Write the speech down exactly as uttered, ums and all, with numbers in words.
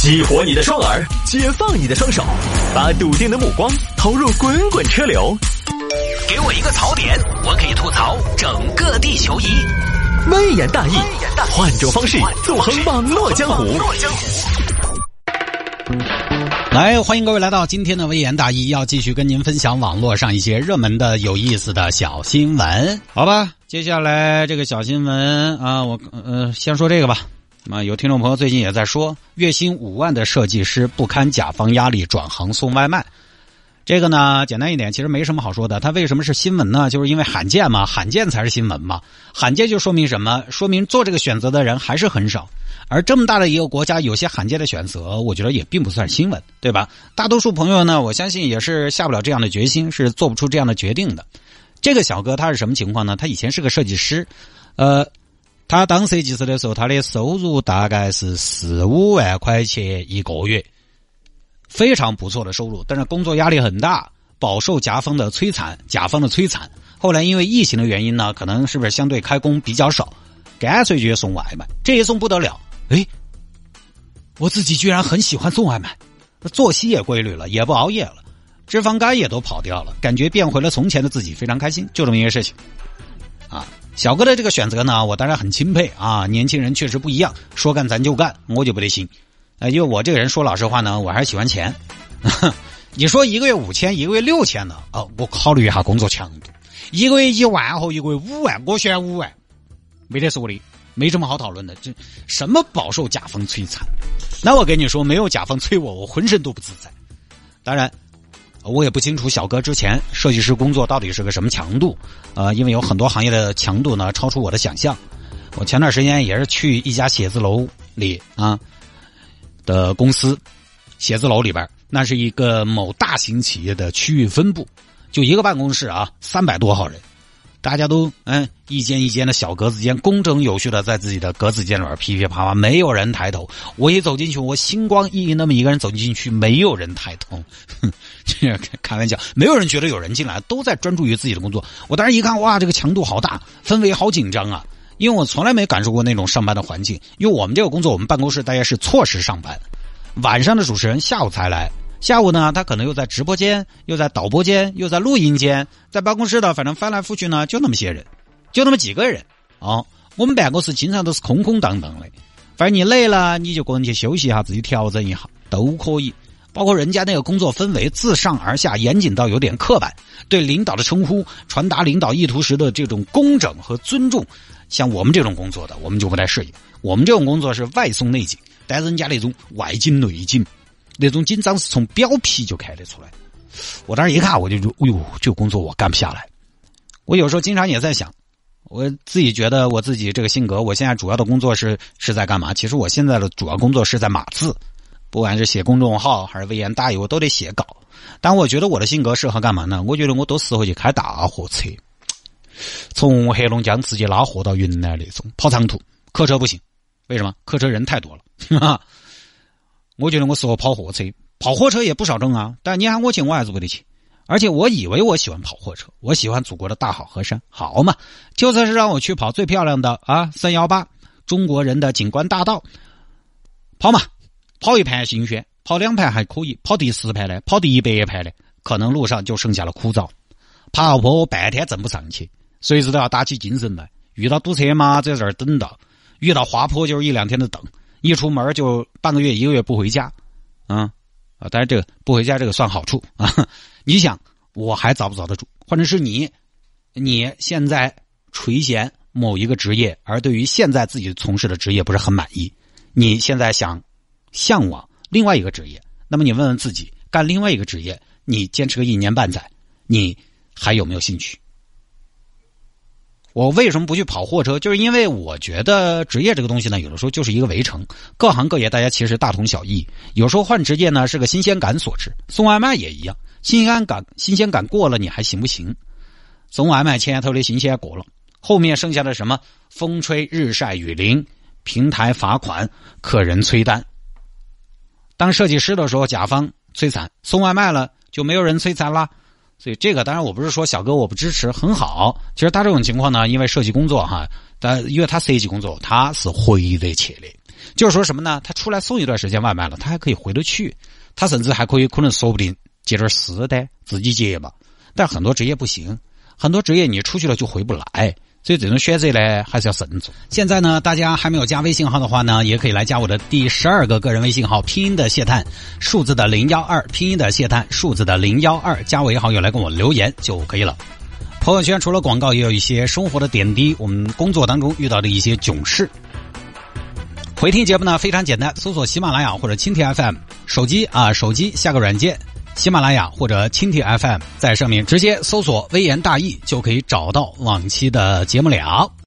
激活你的双耳，解放你的双手，把笃定的目光投入滚滚车流。 给我一个槽点，我可以吐槽整个地球仪。 微言大义，换种方式纵横网络江湖。 来，欢迎各位来到今天的微言大义，要继续跟您分享网络上一些热门的有意思的小新闻。好吧，接下来这个小新闻啊，我呃先说这个吧。啊，有听众朋友最近也在说，月薪五万的设计师不堪甲方压力转行送外卖。这个呢，简单一点，其实没什么好说的。它为什么是新闻呢？就是因为罕见嘛，罕见才是新闻嘛。罕见就说明什么？说明做这个选择的人还是很少。而这么大的一个国家，有些罕见的选择，我觉得也并不算新闻，对吧？大多数朋友呢，我相信也是下不了这样的决心，是做不出这样的决定的。这个小哥他是什么情况呢？他以前是个设计师，呃。他当设计师的时候，他的收入大概是四五万块钱一个月，非常不错的收入。但是工作压力很大，饱受甲方的摧残，甲方的摧残。后来因为疫情的原因呢，可能是不是相对开工比较少，干脆就送外卖。这一送不得了，诶，我自己居然很喜欢送外卖，作息也规律了，也不熬夜了，脂肪肝也都跑掉了，感觉变回了从前的自己，非常开心。就这么一个事情啊。小哥的这个选择呢，我当然很钦佩啊！年轻人确实不一样，说干咱就干，我就不得行。呃，因为我这个人说老实话呢，我还是喜欢钱。你说一个月五千，一个月六千呢？哦，我考虑一下工作强度。一个月一万和一个月五万，我选五万，没得说的，没什么好讨论的。这什么饱受甲方摧残？那我跟你说，没有甲方催我，我浑身都不自在。当然。我也不清楚小哥之前设计师工作到底是个什么强度，呃，因为有很多行业的强度呢超出我的想象。我前段时间也是去一家写字楼里啊的公司，写字楼里边，那是一个某大型企业的区域分部，就一个办公室啊，三百多号人，大家都嗯一间一间的小格子间，工整有序的在自己的格子间里边噼噼啪啪，没有人抬头。我一走进去，我星光熠熠那么一个人走进去，没有人抬头。这开玩笑，没有人觉得有人进来，都在专注于自己的工作。我当时一看，哇，这个强度好大，氛围好紧张啊！因为我从来没感受过那种上班的环境。因为我们这个工作，我们办公室大家是错时上班，晚上的主持人下午才来，下午呢，他可能又在直播间，又在导播间，又在录音间，在办公室的，反正翻来覆去呢，就那么些人，就那么几个人哦。我们办公室经常都是空空荡荡的，反正你累了，你就个人去休息一下，自己调整一下都可以。包括人家那个工作氛围自上而下严谨到有点刻板，对领导的称呼传达领导意图时的这种工整和尊重，像我们这种工作的我们就不太适应。我们这种工作是外松内紧，但人家那种外紧内紧，那种紧张是从表皮就看得出来。我当时一看我就说，哎呦，这个工作我干不下来。我有时候经常也在想，我自己觉得我自己这个性格，我现在主要的工作是是在干嘛？其实我现在的主要工作是在码字。不管是写公众号还是微言大义，我都得写稿。但我觉得我的性格适合干嘛呢？我觉得我都适合去开大货车，从黑龙江直接拉货到云南那种，跑长途。客车不行，为什么？客车人太多了。我觉得我适合跑货车，跑货车也不少挣啊。但你喊我去，我还是不得去。而且我以为我喜欢跑货车，我喜欢祖国的大好河山，好嘛，就算是让我去跑最漂亮的啊三一八中国人的景观大道，跑嘛。跑一盘新鲜，跑两盘还可以，跑第十盘呢，跑第一百盘呢，可能路上就剩下了枯燥，爬坡半天挣不上去，随时都要打起精神来。遇到堵车嘛，在这儿等到；遇到滑坡就是一两天的等，一出门就半个月一个月不回家，啊啊！当然这个不回家这个算好处啊。你想我还遭不遭得住？或者是你，你现在垂涎某一个职业，而对于现在自己从事的职业不是很满意，你现在想。向往另外一个职业，那么你问问自己，干另外一个职业，你坚持个一年半载，你还有没有兴趣？我为什么不去跑货车？就是因为我觉得职业这个东西呢，有的时候就是一个围城，各行各业大家其实大同小异。有时候换职业呢是个新鲜感所致，送外卖也一样，新鲜感新鲜感过了，你还行不行？送外卖前头的新鲜过了，后面剩下的什么风吹日晒雨淋，平台罚款，客人催单。当设计师的时候，甲方摧残；送外卖了，就没有人摧残啦。所以这个当然我不是说小哥我不支持，很好。其实他这种情况呢，因为设计工作哈，但因为他设计工作他是回得去的， 就是说什么呢？他出来送一段时间外卖了，他还可以回得去，他甚至还可以可能说不定接点私的自己接吧。但很多职业不行，很多职业你出去了就回不来，所以这种选择呢还是要慎重。现在呢，大家还没有加微信号的话呢，也可以来加我的第十二个个人微信号，拼音的谢探，数字的零一二，拼音的谢探，数字的零一二，加为好友来跟我留言就可以了。朋友圈除了广告，也有一些生活的点滴，我们工作当中遇到的一些囧事。回听节目呢非常简单，搜索喜马拉雅或者蜻蜓 F M， 手机啊手机下个软件喜马拉雅或者蜻蜓 F M， 在上面直接搜索微言大义就可以找到往期的节目了。